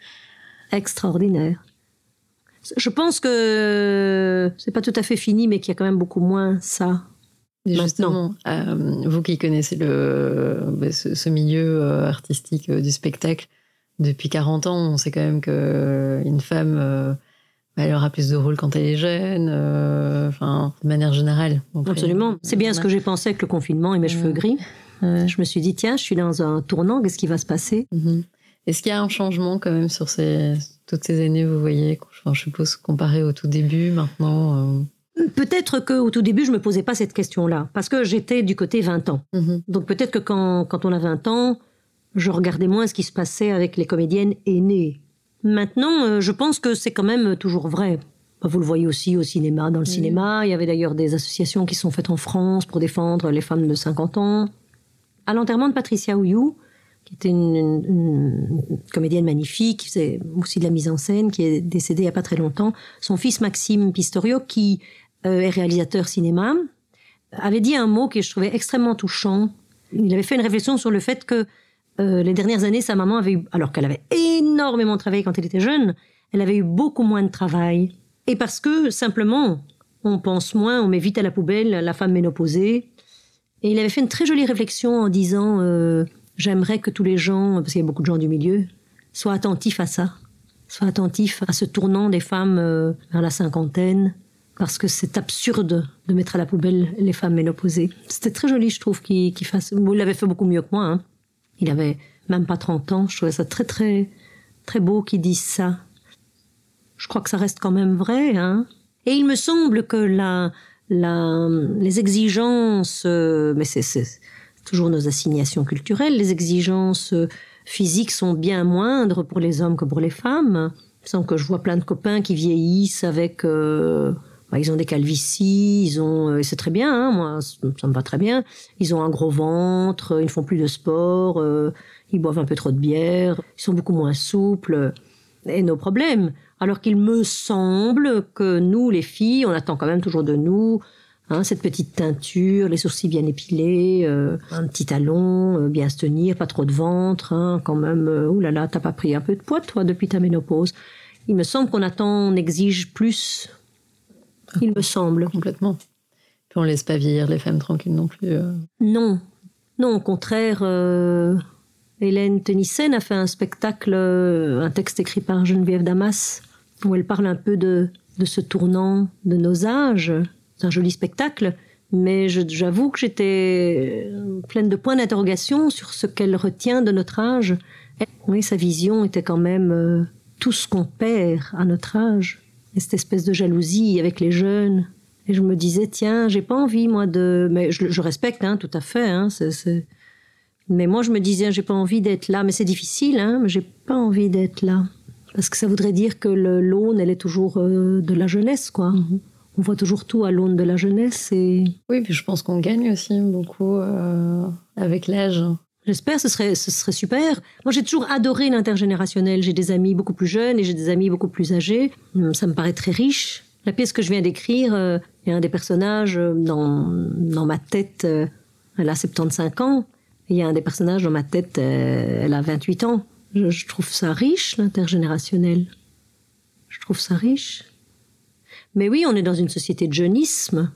Extraordinaire. Je pense que c'est pas tout à fait fini, mais qu'il y a quand même beaucoup moins ça. Justement, euh, vous qui connaissez le, bah, ce, ce milieu euh, artistique euh, du spectacle depuis quarante ans, on sait quand même qu'une femme, euh, bah, elle aura plus de rôle quand elle est jeune, euh, enfin, de manière générale. Après, absolument. C'est bien ce que j'ai pensé avec le confinement et mes mmh. cheveux gris. Ouais. Je me suis dit, tiens, je suis dans un tournant, qu'est-ce qui va se passer ? mmh. Est-ce qu'il y a un changement quand même sur ces, toutes ces années, vous voyez, enfin, je suppose, comparé au tout début, maintenant euh... Peut-être qu'au tout début, je ne me posais pas cette question-là, parce que j'étais du côté vingt ans. Mm-hmm. Donc peut-être que quand, quand on a vingt ans, je regardais moins ce qui se passait avec les comédiennes aînées. Maintenant, euh, je pense que c'est quand même toujours vrai. Vous le voyez aussi au cinéma, dans le mmh. cinéma. Il y avait d'ailleurs des associations qui sont faites en France pour défendre les femmes de cinquante ans. À l'enterrement de Patricia Ouyou, qui était une, une, une comédienne magnifique, qui faisait aussi de la mise en scène, qui est décédée il n'y a pas très longtemps. Son fils Maxime Pistorio, qui euh, est réalisateur cinéma, avait dit un mot que je trouvais extrêmement touchant. Il avait fait une réflexion sur le fait que euh, les dernières années, sa maman avait eu, alors qu'elle avait énormément travaillé quand elle était jeune, elle avait eu beaucoup moins de travail. Et parce que, simplement, on pense moins, on met vite à la poubelle la femme ménopausée. Et il avait fait une très jolie réflexion en disant euh, « J'aimerais que tous les gens, parce qu'il y a beaucoup de gens du milieu, soient attentifs à ça. Soient attentifs à ce tournant des femmes euh, vers la cinquantaine. Parce que c'est absurde de mettre à la poubelle les femmes ménopausées. » C'était très joli, je trouve, qu'il, qu'il fasse... Bon, il l'avait fait beaucoup mieux que moi. Hein. Il avait même pas trente ans. Je trouvais ça très, très, très beau qu'il dise ça. Je crois que ça reste quand même vrai. Hein. Et il me semble que la, la, les exigences... Euh, mais c'est, c'est toujours nos assignations culturelles. Les exigences physiques sont bien moindres pour les hommes que pour les femmes. Il me semble que je vois plein de copains qui vieillissent avec... Euh, bah, ils ont des calvities, ils ont, euh, c'est très bien, hein, moi, ça me va très bien. Ils ont un gros ventre, ils ne font plus de sport, euh, ils boivent un peu trop de bière, ils sont beaucoup moins souples, et nos problèmes. Alors qu'il me semble que nous, les filles, on attend quand même toujours de nous hein, cette petite teinture, les sourcils bien épilés, euh, un petit talon, euh, bien se tenir, pas trop de ventre, hein, quand même. Euh, ouh là là, t'as pas pris un peu de poids, toi, depuis ta ménopause. Il me semble qu'on attend, on exige plus. Il me semble. Complètement. Puis on laisse pas vieillir les femmes tranquilles non plus. Euh. Non. Non, au contraire, euh, Hélène Tennyson a fait un spectacle, euh, un texte écrit par Geneviève Damas, où elle parle un peu de, de ce tournant de nos âges. C'est un joli spectacle, mais je, j'avoue que j'étais pleine de points d'interrogation sur ce qu'elle retient de notre âge. Oui, sa vision était quand même euh, tout ce qu'on perd à notre âge. Et cette espèce de jalousie avec les jeunes. Et je me disais, tiens, j'ai pas envie, moi, de... Mais je, je respecte, hein, tout à fait. Hein, c'est, c'est... Mais moi, je me disais, j'ai pas envie d'être là. Mais c'est difficile, hein, mais j'ai pas envie d'être là. Parce que ça voudrait dire que le, l'aune, elle est toujours euh, de la jeunesse, quoi. Mm-hmm. On voit toujours tout à l'aune de la jeunesse. Et... Oui, puis je pense qu'on gagne aussi beaucoup euh, avec l'âge. J'espère, ce serait, ce serait super. Moi, j'ai toujours adoré l'intergénérationnel. J'ai des amis beaucoup plus jeunes et j'ai des amis beaucoup plus âgés. Ça me paraît très riche. La pièce que je viens d'écrire, euh, il y a un des personnages euh, dans, dans ma tête, euh, elle a soixante-quinze ans. Et il y a un des personnages dans ma tête, euh, elle a vingt-huit ans. Je, je trouve ça riche, l'intergénérationnel. Je trouve ça riche. Mais oui, on est dans une société de jeunisme.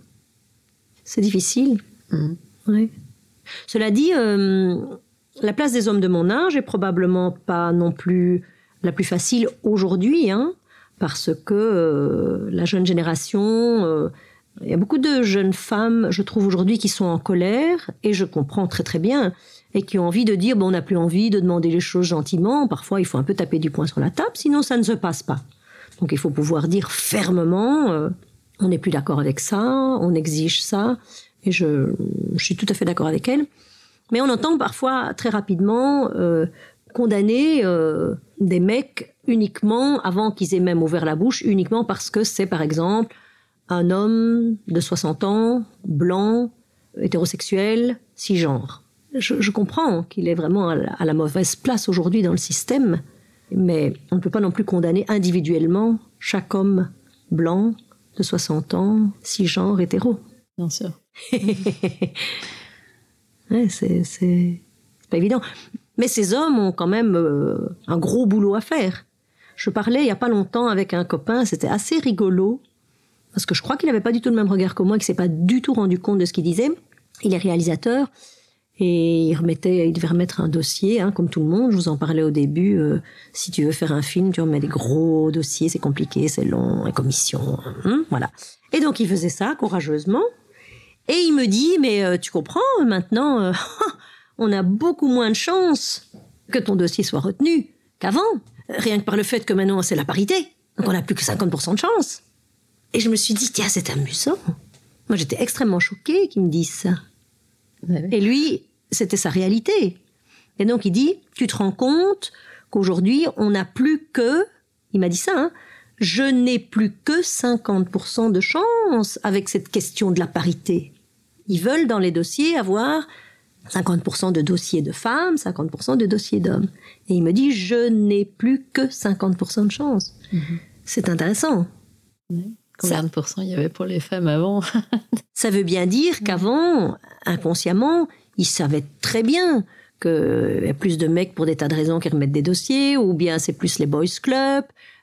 C'est difficile. Mmh. Oui. Cela dit, euh, la place des hommes de mon âge est probablement pas non plus la plus facile aujourd'hui, hein, parce que euh, la jeune génération, euh, il y a beaucoup de jeunes femmes, je trouve aujourd'hui, qui sont en colère, et je comprends très très bien, et qui ont envie de dire, bon, on n'a plus envie de demander les choses gentiment, parfois il faut un peu taper du poing sur la table, sinon ça ne se passe pas. Donc il faut pouvoir dire fermement, euh, on n'est plus d'accord avec ça, on exige ça. Et je, je suis tout à fait d'accord avec elle. Mais on entend parfois, très rapidement, euh, condamner euh, des mecs uniquement, avant qu'ils aient même ouvert la bouche, uniquement parce que c'est, par exemple, un homme de soixante ans, blanc, hétérosexuel, cisgenre. Je, je comprends qu'il est vraiment à la, à la mauvaise place aujourd'hui dans le système, mais on ne peut pas non plus condamner individuellement chaque homme blanc de soixante ans, cisgenre, hétéro. Bien sûr. ouais, c'est, c'est, c'est pas évident. Mais ces hommes ont quand même euh, un gros boulot à faire. Je parlais il y a pas longtemps avec un copain, c'était assez rigolo, parce que je crois qu'il n'avait pas du tout le même regard que moi, qu'il s'est pas du tout rendu compte de ce qu'il disait. Il est réalisateur, et il, remettait, il devait remettre un dossier, hein, comme tout le monde. Je vous en parlais au début. Euh, si tu veux faire un film, tu remets des gros dossiers, c'est compliqué, c'est long, les commissions, hein, voilà. Et donc il faisait ça courageusement. Et il me dit, mais euh, tu comprends, maintenant, euh, on a beaucoup moins de chances que ton dossier soit retenu qu'avant. Rien que par le fait que maintenant, c'est la parité. Donc on n'a plus que cinquante pour cent de chance. Et je me suis dit, tiens, c'est amusant. Moi, j'étais extrêmement choquée qu'il me dise ça. Ouais. Et lui, c'était sa réalité. Et donc, il dit, tu te rends compte qu'aujourd'hui, on n'a plus que, il m'a dit ça, hein, je n'ai plus que cinquante pour cent de chance avec cette question de la parité. Ils veulent, dans les dossiers, avoir cinquante pour cent de dossiers de femmes, cinquante pour cent de dossiers d'hommes. Et il me dit, je n'ai plus que cinquante pour cent de chance. Mmh. C'est intéressant. Oui. Combien ça, de pourcents il y avait pour les femmes avant? Ça veut bien dire qu'avant, inconsciemment, ils savaient très bien qu'il y a plus de mecs pour des tas de raisons qui remettent des dossiers, ou bien c'est plus les boys clubs,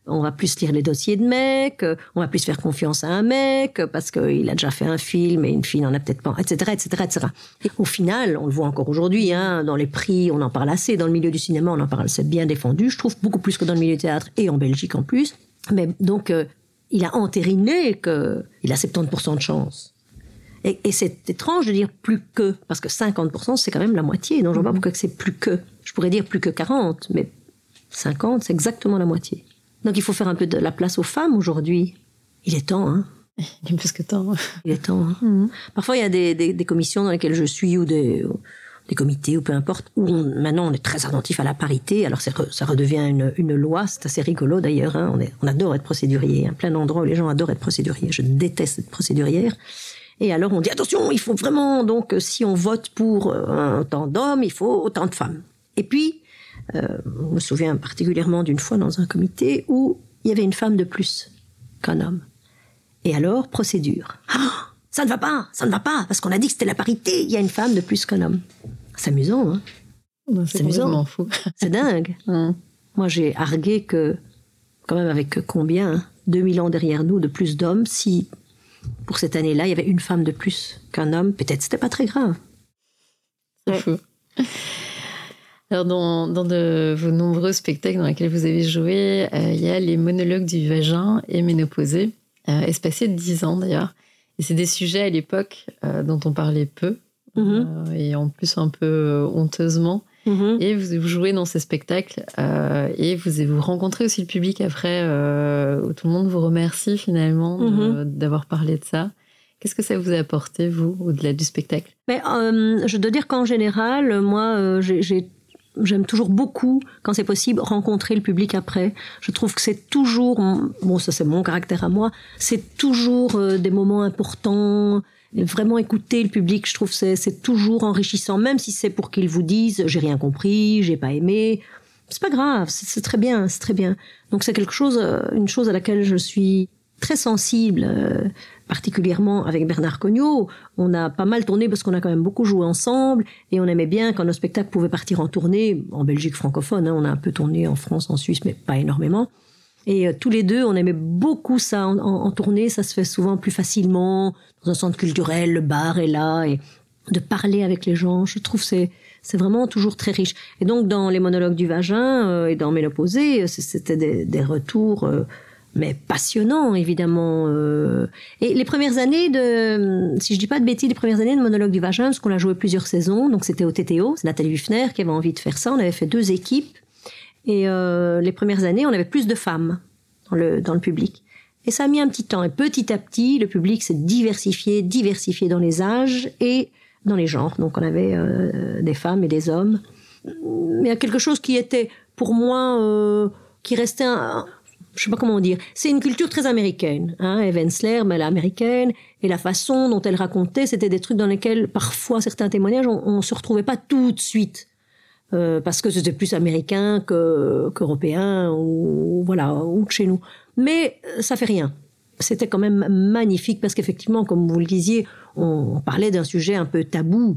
On va plus lire les dossiers de mecs, on va plus faire confiance à un mec parce qu'il a déjà fait un film et une fille n'en a peut-être pas, et cetera, et cetera, et cetera. Et au final, on le voit encore aujourd'hui, hein, dans les prix, on en parle assez. Dans le milieu du cinéma, on en parle, c'est bien défendu, je trouve, beaucoup plus que dans le milieu du théâtre et en Belgique en plus. Mais donc, euh, il a entériné qu'il a soixante-dix pour cent de chance. Et, et c'est étrange de dire plus que, parce que cinquante pour cent, c'est quand même la moitié. Donc, je ne vois pas pourquoi c'est plus que. Je pourrais dire plus que quarante, mais cinquante, c'est exactement la moitié. Donc, il faut faire un peu de la place aux femmes aujourd'hui. Il est temps, hein. Il est plus que temps. Il est temps, hein. Mm-hmm. Parfois, il y a des, des, des commissions dans lesquelles je suis ou des, des comités ou peu importe, où on, maintenant, on est très attentif à la parité. Alors, ça redevient une, une loi. C'est assez rigolo, d'ailleurs, hein. On, est, on adore être procédurier. Il y a plein d'endroits où les gens adorent être procéduriers. Je déteste être procédurière. Et alors, on dit, attention, il faut vraiment, donc, si on vote pour un tant d'hommes, il faut autant de femmes. Et puis, euh, je me souviens particulièrement d'une fois dans un comité où il y avait une femme de plus qu'un homme. Et alors, procédure. Oh, ça ne va pas, ça ne va pas, parce qu'on a dit que c'était la parité, il y a une femme de plus qu'un homme. C'est amusant, hein. Non, c'est complètement fou. C'est dingue. Hum. Moi, j'ai argué que, quand même avec combien, hein, deux mille ans derrière nous, de plus d'hommes, si, pour cette année-là, il y avait une femme de plus qu'un homme, peut-être c'était pas très grave. C'est ouais. fou. Alors, dans, dans de vos nombreux spectacles dans lesquels vous avez joué, euh, il y a les monologues du vagin et ménopausée, euh, espacés de dix ans d'ailleurs. Et c'est des sujets à l'époque euh, dont on parlait peu, mm-hmm. euh, et en plus un peu euh, honteusement. Mm-hmm. Et vous, vous jouez dans ces spectacles, euh, et vous, vous rencontrez aussi le public après, euh, où tout le monde vous remercie finalement mm-hmm. de, d'avoir parlé de ça. Qu'est-ce que ça vous a apporté, vous, au-delà du spectacle ? Mais, euh, je dois dire qu'en général, moi, euh, j'ai... j'ai... J'aime toujours beaucoup, quand c'est possible, rencontrer le public après. Je trouve que c'est toujours, bon, ça c'est mon caractère à moi, c'est toujours euh, des moments importants. Vraiment écouter le public, je trouve que c'est, c'est toujours enrichissant, même si c'est pour qu'ils vous disent « j'ai rien compris, j'ai pas aimé ». C'est pas grave, c'est, c'est très bien, c'est très bien. Donc c'est quelque chose, une chose à laquelle je suis très sensible, euh, particulièrement avec Bernard Cognot. On a pas mal tourné parce qu'on a quand même beaucoup joué ensemble et on aimait bien quand nos spectacles pouvaient partir en tournée, en Belgique francophone, hein, on a un peu tourné en France, en Suisse, mais pas énormément. Et euh, tous les deux, on aimait beaucoup ça en, en, en tournée, ça se fait souvent plus facilement, dans un centre culturel, le bar est là, et de parler avec les gens, je trouve que c'est, c'est vraiment toujours très riche. Et donc dans les monologues du vagin euh, et dans Ménopausée, c'était des, des retours... Euh, mais passionnant, évidemment. Et les premières années de, si je dis pas de bêtises, les premières années de Monologue du Vagin, parce qu'on l'a joué plusieurs saisons, donc c'était au T T O, c'est Nathalie Huffner qui avait envie de faire ça, on avait fait deux équipes, et euh, les premières années, on avait plus de femmes dans le, dans le public. Et ça a mis un petit temps, et petit à petit, le public s'est diversifié, diversifié dans les âges et dans les genres, donc on avait euh, des femmes et des hommes. Mais il y a quelque chose qui était, pour moi, euh, qui restait un... je sais pas comment dire, c'est une culture très américaine, hein, Eve Ensler, mais elle est américaine, et la façon dont elle racontait, c'était des trucs dans lesquels, parfois, certains témoignages, on, on se retrouvait pas tout de suite, euh, parce que c'était plus américain que, qu'européen, ou, voilà, ou que chez nous. Mais ça fait rien. C'était quand même magnifique, parce qu'effectivement, comme vous le disiez, on, on parlait d'un sujet un peu tabou,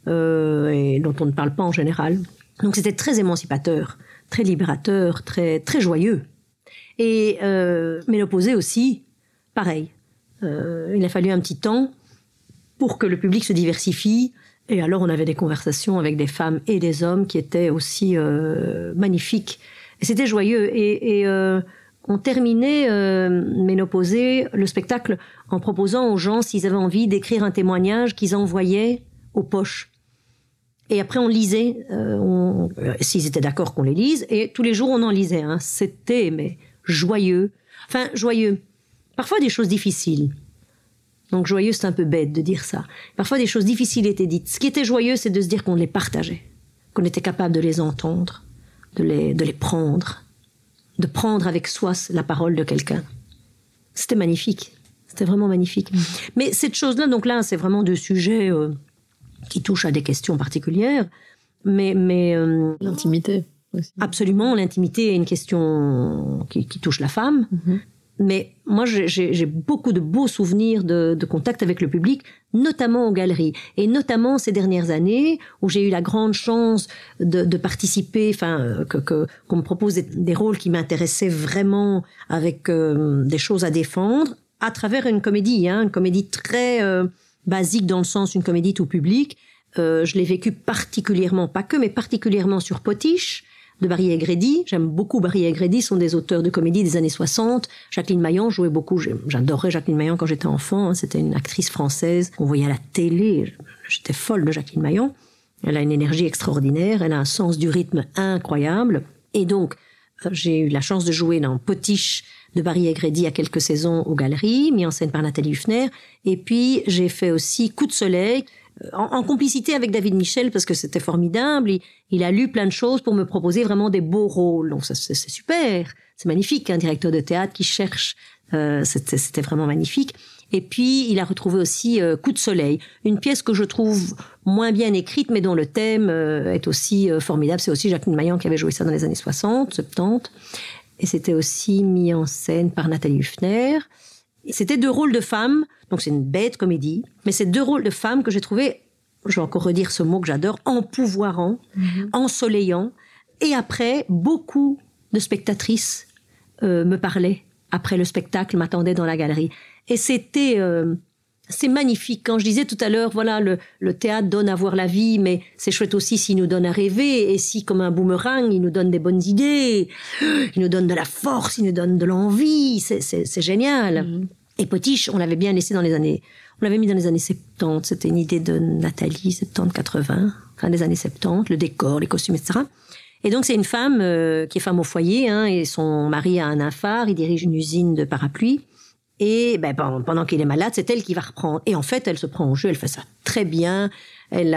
euh, et dont on ne parle pas en général. Donc c'était très émancipateur, très libérateur, très, très joyeux. Et euh, Ménopausée aussi, pareil. Euh, il a fallu un petit temps pour que le public se diversifie. Et alors, on avait des conversations avec des femmes et des hommes qui étaient aussi euh, magnifiques. Et c'était joyeux. Et, et euh, on terminait euh, Ménopausée, le spectacle, en proposant aux gens, s'ils avaient envie, d'écrire un témoignage qu'ils envoyaient aux poches. Et après, on lisait, euh, on, euh, s'ils étaient d'accord qu'on les lise. Et tous les jours, on en lisait. Hein. C'était... mais joyeux, enfin joyeux, parfois des choses difficiles. Donc joyeux, c'est un peu bête de dire ça. Parfois des choses difficiles étaient dites. Ce qui était joyeux, c'est de se dire qu'on les partageait, qu'on était capable de les entendre, de les, de les prendre, de prendre avec soi la parole de quelqu'un. C'était magnifique, c'était vraiment magnifique. Mais cette chose-là, donc là, c'est vraiment deux sujets euh, qui touchent à des questions particulières, mais... mais euh, l'intimité. Aussi. Absolument, l'intimité est une question qui, qui touche la femme, mm-hmm. Mais moi, j'ai, j'ai beaucoup de beaux souvenirs de, de contact avec le public, notamment aux galeries. Et notamment ces dernières années, où j'ai eu la grande chance de, de participer, enfin, que, que, qu'on me propose des, des rôles qui m'intéressaient vraiment, avec euh, des choses à défendre, à travers une comédie, hein, une comédie très euh, basique dans le sens une comédie tout public. Euh, je l'ai vécu particulièrement, pas que, mais particulièrement sur Potiche, de Barry Egrédy. J'aime beaucoup Barry Egrédy, sont des auteurs de comédie des années soixante. Jacqueline Maillan jouait beaucoup, j'adorais Jacqueline Maillan quand j'étais enfant, hein. C'était une actrice française qu'on voyait à la télé, j'étais folle de Jacqueline Maillan. Elle a une énergie extraordinaire, elle a un sens du rythme incroyable. Et donc, j'ai eu la chance de jouer dans Potiche de Barry Egrédy à quelques saisons aux Galeries, mis en scène par Nathalie Huffner. Et puis, j'ai fait aussi Coup de soleil, En, en complicité avec David Michel, parce que c'était formidable. Il, il a lu plein de choses pour me proposer vraiment des beaux rôles. Donc ça, c'est, c'est super, c'est magnifique, un directeur de théâtre qui cherche, euh, c'était, c'était vraiment magnifique. Et puis, il a retrouvé aussi euh, Coup de soleil, une pièce que je trouve moins bien écrite, mais dont le thème euh, est aussi euh, formidable. C'est aussi Jacqueline Maillan qui avait joué ça dans les années soixante, soixante-dix. Et c'était aussi mis en scène par Nathalie Huffner. Et c'était deux rôles de femmes, donc c'est une bête comédie, mais c'est deux rôles de femmes que j'ai trouvé, je vais encore redire ce mot que j'adore, empouvoirant, mmh. ensoleillant. Et après, beaucoup de spectatrices euh, me parlaient après le spectacle, m'attendaient dans la galerie. Et c'était, euh, c'est magnifique. Quand je disais tout à l'heure, voilà, le, le théâtre donne à voir la vie, mais c'est chouette aussi s'il nous donne à rêver, et si, comme un boomerang, il nous donne des bonnes idées, il nous donne de la force, il nous donne de l'envie, c'est, c'est, c'est génial. Mmh. Et Potiche, on l'avait bien laissé dans les années, on l'avait mis dans les années soixante-dix, c'était une idée de Nathalie, soixante-dix quatre-vingts, fin des années soixante-dix, le décor, les costumes, et cetera. Et donc c'est une femme euh, qui est femme au foyer, hein, et son mari a un infart, il dirige une usine de parapluies, et ben, pendant qu'il est malade, c'est elle qui va reprendre. Et en fait, elle se prend au jeu, elle fait ça très bien, elle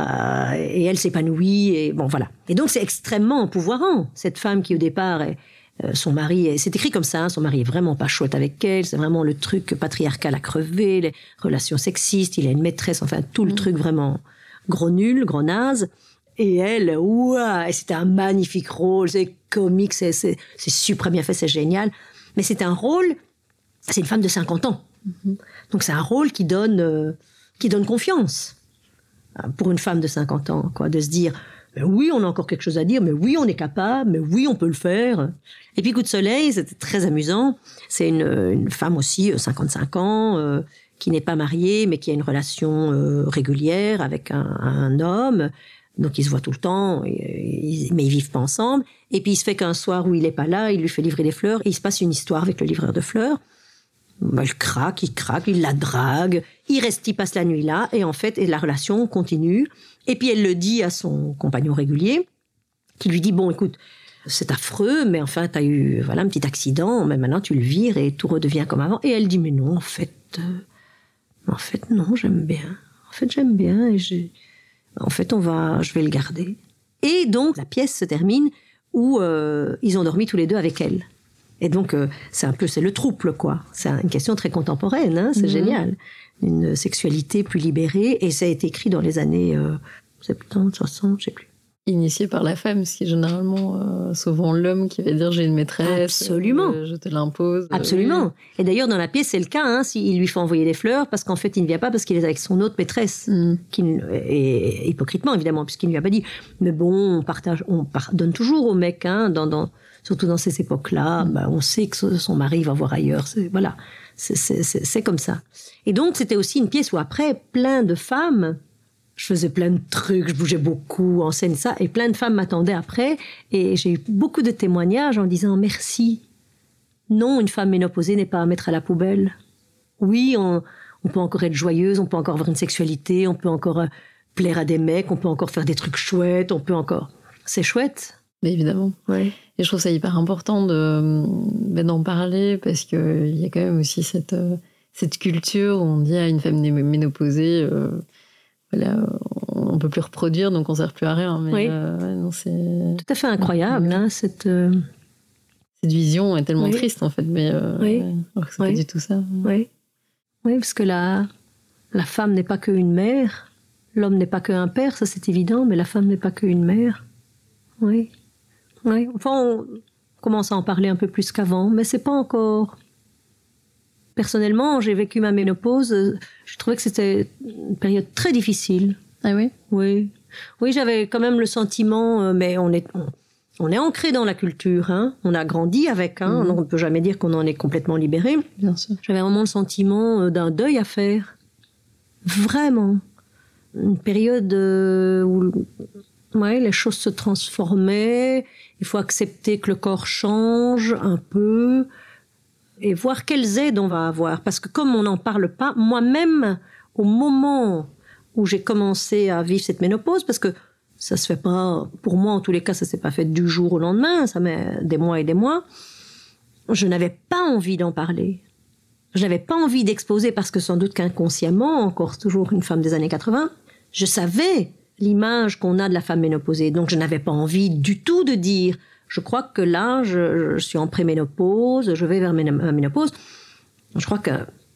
a, et elle s'épanouit, et bon voilà. Et donc c'est extrêmement empouvoirant, cette femme qui au départ est, Euh, son mari, est, c'est écrit comme ça, hein, son mari est vraiment pas chouette avec elle, c'est vraiment le truc patriarcal à crever, les relations sexistes, il a une maîtresse, enfin tout le mmh. truc vraiment gros nul, gros naze. Et elle, ouah, c'était un magnifique rôle, c'est comique, c'est, c'est, c'est super bien fait, c'est génial. Mais c'est un rôle, c'est une femme de cinquante ans. Mmh. Donc c'est un rôle qui donne, euh, qui donne confiance pour une femme de cinquante ans, quoi, de se dire... Mais oui, on a encore quelque chose à dire, mais oui, on est capable, mais oui, on peut le faire. Et puis, Coup de soleil, c'était très amusant. C'est une, une femme aussi, cinquante-cinq ans, euh, qui n'est pas mariée, mais qui a une relation euh, régulière avec un, un homme. Donc, ils se voient tout le temps, ils, mais ils vivent pas ensemble. Et puis, il se fait qu'un soir où il est pas là, il lui fait livrer des fleurs, et il se passe une histoire avec le livreur de fleurs. Elle craque, il craque, il la drague, il reste, il passe la nuit là, et en fait, et la relation continue. Et puis elle le dit à son compagnon régulier, qui lui dit, bon, écoute, c'est affreux, mais enfin, t'as eu, voilà, un petit accident, mais maintenant tu le vires et tout redevient comme avant. Et elle dit, mais non, en fait, euh, en fait, non, j'aime bien. En fait, j'aime bien, et j'ai, en fait, on va, je vais le garder. Et donc, la pièce se termine où euh, ils ont dormi tous les deux avec elle. Et donc, euh, c'est un peu, c'est le trouble, quoi. C'est une question très contemporaine, hein, c'est mmh. génial. Une sexualité plus libérée, et ça a été écrit dans les années euh, soixante-dix, soixante, je sais plus. Initié par la femme, ce qui est généralement euh, souvent l'homme qui va dire j'ai une maîtresse. Absolument. Euh, je te l'impose. Absolument. Oui. Et d'ailleurs, dans la pièce, c'est le cas, hein, s'il lui fait envoyer des fleurs, parce qu'en fait, il ne vient pas parce qu'il est avec son autre maîtresse. Mm. Qui, et, et hypocritement, évidemment, puisqu'il ne lui a pas dit. Mais bon, on partage, on donne toujours au mec, hein, dans, dans, surtout dans ces époques-là, mm. bah, on sait que son mari va voir ailleurs. C'est, voilà. C'est, c'est, c'est, c'est comme ça. Et donc, c'était aussi une pièce où après, plein de femmes, je faisais plein de trucs, je bougeais beaucoup en scène, ça, et plein de femmes m'attendaient après, et j'ai eu beaucoup de témoignages en disant merci. Non, une femme ménopausée n'est pas à mettre à la poubelle. Oui, on, on peut encore être joyeuse, on peut encore avoir une sexualité, on peut encore euh, plaire à des mecs, on peut encore faire des trucs chouettes, on peut encore... C'est chouette. Mais évidemment. Ouais. Et je trouve ça hyper important de, ben, d'en parler, parce qu'il y a quand même aussi cette, euh, cette culture où on dit à une femme ménopausée... Euh, Voilà, on ne peut plus reproduire, donc on ne sert plus à rien. Mais oui. euh, ouais, non, c'est tout à fait incroyable, hein, cette... Euh... Cette vision est tellement oui. triste, en fait, mais euh, oui. ouais, alors que c'est oui. pas du tout ça. Oui, oui, parce que la, la femme n'est pas qu'une mère, l'homme n'est pas qu'un père, ça c'est évident, mais la femme n'est pas qu'une mère. Oui, oui. Enfin, on commence à en parler un peu plus qu'avant, mais c'est pas encore... Personnellement, j'ai vécu ma ménopause, je trouvais que c'était une période très difficile. Ah oui? Oui. Oui, j'avais quand même le sentiment, mais on est, on, on est ancré dans la culture, hein. On a grandi avec, hein. Mmh. Donc on ne peut jamais dire qu'on en est complètement libéré. Bien sûr. J'avais vraiment le sentiment d'un deuil à faire. Vraiment. Une période où ouais, les choses se transformaient, il faut accepter que le corps change un peu et voir quelles aides on va avoir. Parce que comme on n'en parle pas, moi-même, au moment où j'ai commencé à vivre cette ménopause, parce que ça se fait pas, pour moi en tous les cas, ça s'est pas fait du jour au lendemain, ça met des mois et des mois, je n'avais pas envie d'en parler. Je n'avais pas envie d'exposer parce que sans doute qu'inconsciemment, encore toujours une femme des années quatre-vingts, je savais l'image qu'on a de la femme ménopausée. Donc je n'avais pas envie du tout de dire « je crois que là, je, je suis en préménopause, je vais vers ma ménopause ». Je crois que,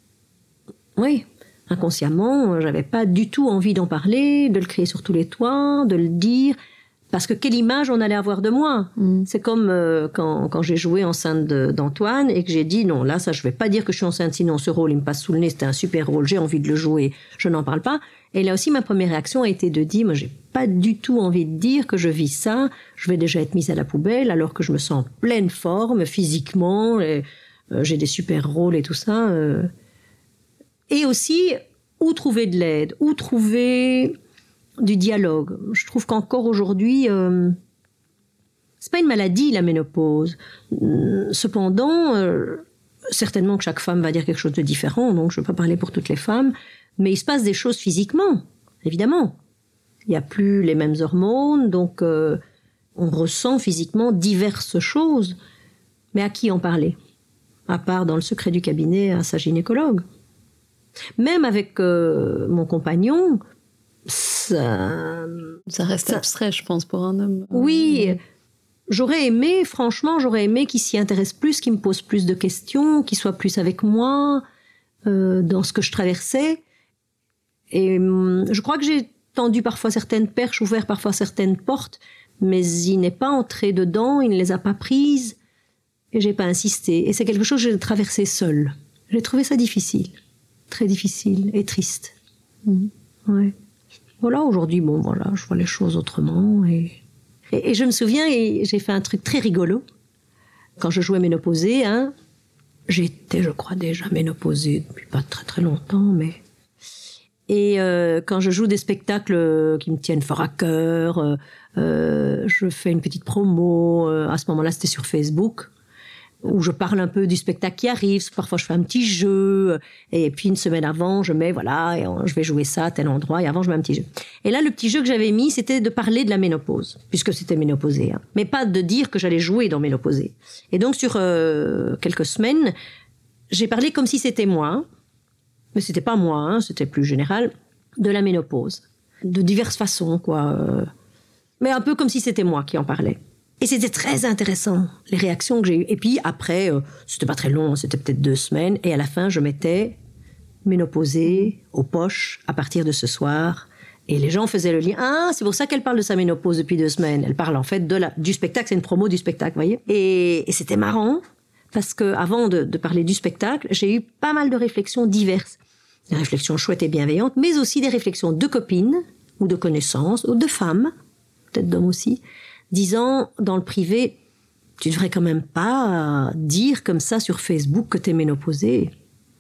oui, inconsciemment, j'avais pas du tout envie d'en parler, de le crier sur tous les toits, de le dire, parce que quelle image on allait avoir de moi. Mm. C'est comme euh, quand, quand j'ai joué enceinte de, d'Antoine et que j'ai dit non, là, ça, je vais pas dire que je suis enceinte, sinon ce rôle, il me passe sous le nez, c'était un super rôle, j'ai envie de le jouer, je n'en parle pas. Et là aussi, ma première réaction a été de dire, moi, j'ai pas du tout envie de dire que je vis ça, je vais déjà être mise à la poubelle alors que je me sens en pleine forme, physiquement, et, euh, j'ai des super rôles et tout ça. Euh. Et aussi, où trouver de l'aide, où trouver du dialogue. Je trouve qu'encore aujourd'hui, euh, c'est pas une maladie, la ménopause. Cependant, euh, certainement que chaque femme va dire quelque chose de différent, donc je ne vais pas parler pour toutes les femmes, mais il se passe des choses physiquement, évidemment. Il n'y a plus les mêmes hormones, donc euh, on ressent physiquement diverses choses. Mais à qui en parler? À part dans le secret du cabinet à sa gynécologue. Même avec euh, mon compagnon, ça... Ça reste ça... abstrait, je pense, pour un homme. Oui, j'aurais aimé, franchement, j'aurais aimé qu'il s'y intéresse plus, qu'il me pose plus de questions, qu'il soit plus avec moi euh, dans ce que je traversais. Et euh, je crois que j'ai tendu parfois certaines perches, ouvert parfois certaines portes, mais il n'est pas entré dedans, il ne les a pas prises, et j'ai pas insisté. Et c'est quelque chose que j'ai traversé seule. J'ai trouvé ça difficile, très difficile et triste. Mmh. Ouais. Voilà, aujourd'hui, bon, voilà, je vois les choses autrement. Et, et, et je me souviens, et j'ai fait un truc très rigolo. Quand je jouais ménopausée, hein, j'étais, je crois, déjà ménopausée depuis pas très très longtemps, mais... Et euh, quand je joue des spectacles qui me tiennent fort à cœur, euh, euh, je fais une petite promo. Euh, à ce moment-là, c'était sur Facebook, où je parle un peu du spectacle qui arrive. Parfois, je fais un petit jeu. Et puis, une semaine avant, je mets, voilà, et je vais jouer ça à tel endroit. Et avant, je mets un petit jeu. Et là, le petit jeu que j'avais mis, c'était de parler de la ménopause, puisque c'était ménopausée. Hein. Mais pas de dire que j'allais jouer dans ménopausée. Et donc, sur euh, quelques semaines, j'ai parlé comme si c'était moi. Mais c'était pas moi, hein, c'était plus général, de la ménopause. De diverses façons, quoi. Euh, mais un peu comme si c'était moi qui en parlais. Et c'était très intéressant, les réactions que j'ai eues. Et puis après, euh, c'était pas très long, c'était peut-être deux semaines. Et à la fin, je mettais ménopausée aux poches à partir de ce soir. Et les gens faisaient le lien. Ah, c'est pour ça qu'elle parle de sa ménopause depuis deux semaines. Elle parle en fait de la, du spectacle, c'est une promo du spectacle, vous voyez. Et, et c'était marrant. Parce qu'avant de, de parler du spectacle, j'ai eu pas mal de réflexions diverses. Des réflexions chouettes et bienveillantes, mais aussi des réflexions de copines, ou de connaissances, ou de femmes, peut-être d'hommes aussi, disant dans le privé, tu devrais quand même pas dire comme ça sur Facebook que t'es ménopausée.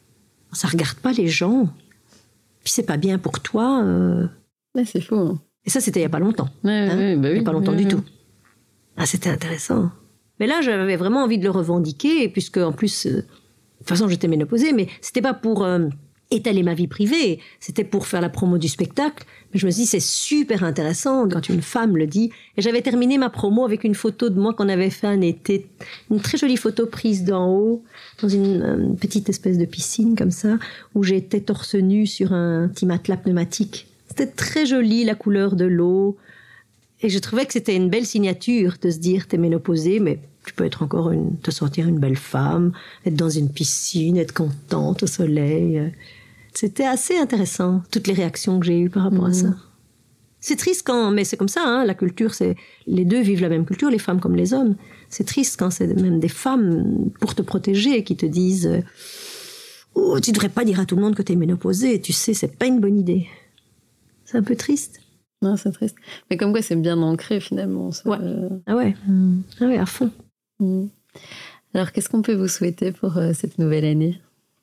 Ça regarde pas les gens. Puis c'est pas bien pour toi. Euh... Ouais, c'est faux. Hein. Et ça, c'était il y a pas longtemps. Ouais, hein ouais, bah oui, il y a pas longtemps ouais, du ouais. tout. Ah, c'était intéressant. Mais là, j'avais vraiment envie de le revendiquer, puisque en plus, euh, de toute façon, j'étais ménopausée, mais c'était pas pour euh, étaler ma vie privée, c'était pour faire la promo du spectacle. Mais je me suis dit, c'est super intéressant quand une femme le dit. Et j'avais terminé ma promo avec une photo de moi qu'on avait fait un été, une très jolie photo prise d'en haut, dans une, une petite espèce de piscine comme ça, où j'étais torse nu sur un petit matelas pneumatique. C'était très joli, la couleur de l'eau. Et je trouvais que c'était une belle signature de se dire, t'es ménopausée, mais tu peux être encore une, te sentir une belle femme, être dans une piscine, être contente au soleil. C'était assez intéressant, toutes les réactions que j'ai eues par rapport mmh. à ça. C'est triste quand, mais c'est comme ça, hein, la culture, c'est, les deux vivent la même culture, les femmes comme les hommes. C'est triste quand c'est même des femmes, pour te protéger, qui te disent, oh, tu devrais pas dire à tout le monde que tu es ménopausée, tu sais, c'est pas une bonne idée. C'est un peu triste. Non, c'est triste. Mais comme quoi, c'est bien ancré finalement. Ça... Ouais. Ah ouais, mmh. ah ouais, à fond. Mmh. Alors, qu'est-ce qu'on peut vous souhaiter pour euh, cette nouvelle année ?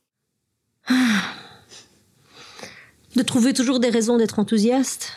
De trouver toujours des raisons d'être enthousiaste,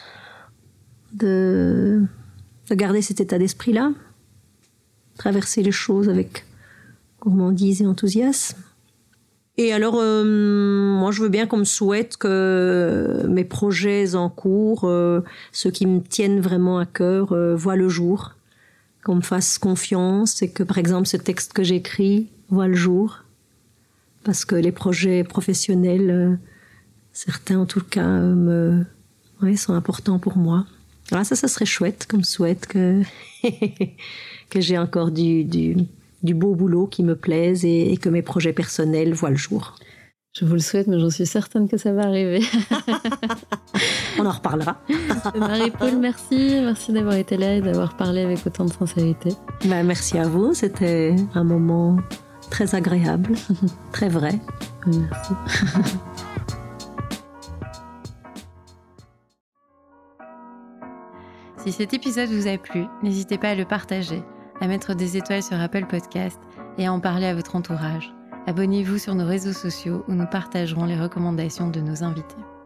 de, de garder cet état d'esprit-là, traverser les choses avec gourmandise et enthousiasme. Et alors, euh, moi, je veux bien qu'on me souhaite que mes projets en cours, euh, ceux qui me tiennent vraiment à cœur, euh, voient le jour, qu'on me fasse confiance et que, par exemple, ce texte que j'écris voit le jour. Parce que les projets professionnels, euh, certains en tout cas, euh, me, ouais, sont importants pour moi. Alors ça, ça serait chouette comme souhaite que, que j'ai encore du... du du beau boulot qui me plaise et, et que mes projets personnels voient le jour. Je vous le souhaite, mais j'en suis certaine que ça va arriver. On en reparlera. Marie-Paule, merci. Merci d'avoir été là et d'avoir parlé avec autant de sincérité. Ben, merci à vous. C'était un moment très agréable, très vrai. Merci. Si cet épisode vous a plu, n'hésitez pas à le partager, à mettre des étoiles sur Apple Podcast et à en parler à votre entourage. Abonnez-vous sur nos réseaux sociaux où nous partagerons les recommandations de nos invités.